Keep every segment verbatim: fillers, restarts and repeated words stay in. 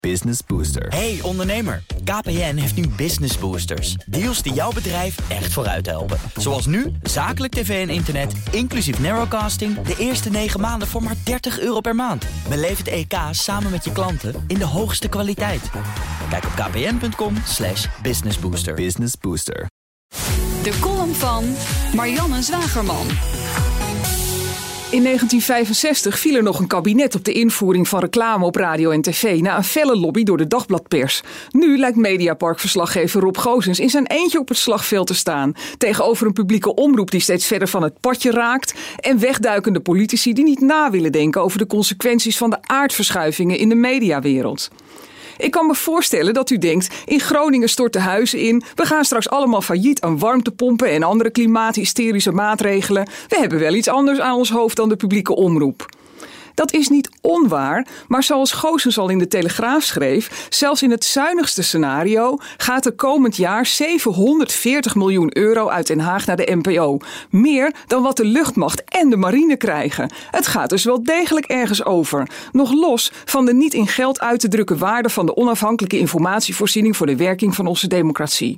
Business Booster. Hey ondernemer, K P N heeft nu Business Boosters. Deals die jouw bedrijf echt vooruit helpen. Zoals nu, zakelijk tv en internet, inclusief narrowcasting... de eerste negen maanden voor maar dertig euro per maand. Beleef het E K samen met je klanten in de hoogste kwaliteit. Kijk op kpn.com slash businessbooster. Business Booster. De column van Marianne Zwagerman. In negentien vijfenzestig viel er nog een kabinet op de invoering van reclame op radio en tv... na een felle lobby door de dagbladpers. Nu lijkt Mediapark-verslaggever Rob Goossens in zijn eentje op het slagveld te staan... tegenover een publieke omroep die steeds verder van het padje raakt... en wegduikende politici die niet na willen denken over de consequenties van de aardverschuivingen in de mediawereld. Ik kan me voorstellen dat u denkt, in Groningen storten huizen in... we gaan straks allemaal failliet aan warmtepompen en andere klimaathysterische maatregelen. We hebben wel iets anders aan ons hoofd dan de publieke omroep. Dat is niet onwaar, maar zoals Goossens al in de Telegraaf schreef... zelfs in het zuinigste scenario gaat er komend jaar zevenhonderdveertig miljoen euro uit Den Haag naar de N P O. Meer dan wat de luchtmacht en de marine krijgen. Het gaat dus wel degelijk ergens over. Nog los van de niet in geld uit te drukken waarde van de onafhankelijke informatievoorziening... voor de werking van onze democratie.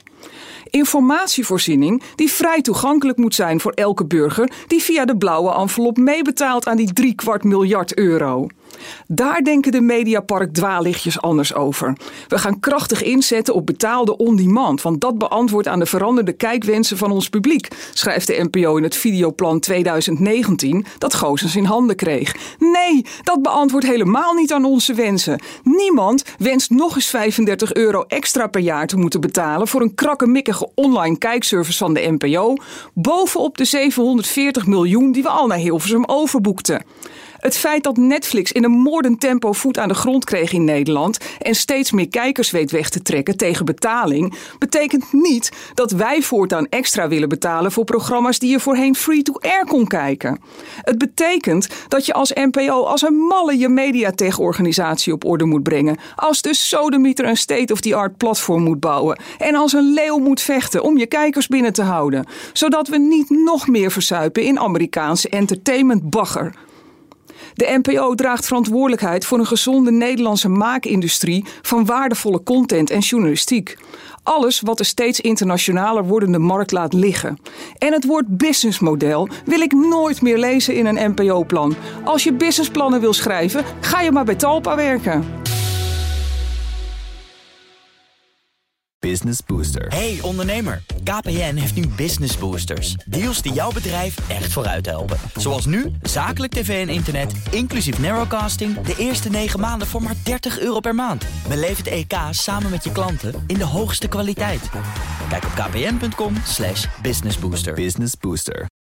Informatievoorziening die vrij toegankelijk moet zijn voor elke burger... die via de blauwe envelop meebetaalt aan die drie kwart miljard euro. Daar denken de Mediapark-dwaallichtjes anders over. We gaan krachtig inzetten op betaalde on-demand... want dat beantwoordt aan de veranderde kijkwensen van ons publiek... schrijft de N P O in het videoplan twintig negentien dat Goossens in handen kreeg. Nee, dat beantwoordt helemaal niet aan onze wensen. Niemand wenst nog eens vijfendertig euro extra per jaar te moeten betalen... voor een krakkemikkige online kijkservice van de N P O... bovenop de zevenhonderdveertig miljoen die we al naar Hilversum overboekten. Het feit dat Netflix in een moordend tempo voet aan de grond kreeg in Nederland... en steeds meer kijkers weet weg te trekken tegen betaling... betekent niet dat wij voortaan extra willen betalen... voor programma's die je voorheen free-to-air kon kijken. Het betekent dat je als N P O als een malle je mediatech-organisatie op orde moet brengen... als de sodemieter een state-of-the-art platform moet bouwen... en als een leeuw moet vechten om je kijkers binnen te houden... zodat we niet nog meer verzuipen in Amerikaanse entertainmentbagger. De N P O draagt verantwoordelijkheid voor een gezonde Nederlandse maakindustrie van waardevolle content en journalistiek. Alles wat de steeds internationaler wordende markt laat liggen. En het woord businessmodel wil ik nooit meer lezen in een N P O-plan. Als je businessplannen wil schrijven, ga je maar bij Talpa werken. Business Booster. Hey ondernemer, K P N heeft nu Business Boosters. Deals die jouw bedrijf echt vooruit helpen. Zoals nu, zakelijk tv en internet, inclusief narrowcasting... de eerste negen maanden voor maar dertig euro per maand. Beleef het E K samen met je klanten in de hoogste kwaliteit. Kijk op kpn.com slash businessbooster. Business Booster.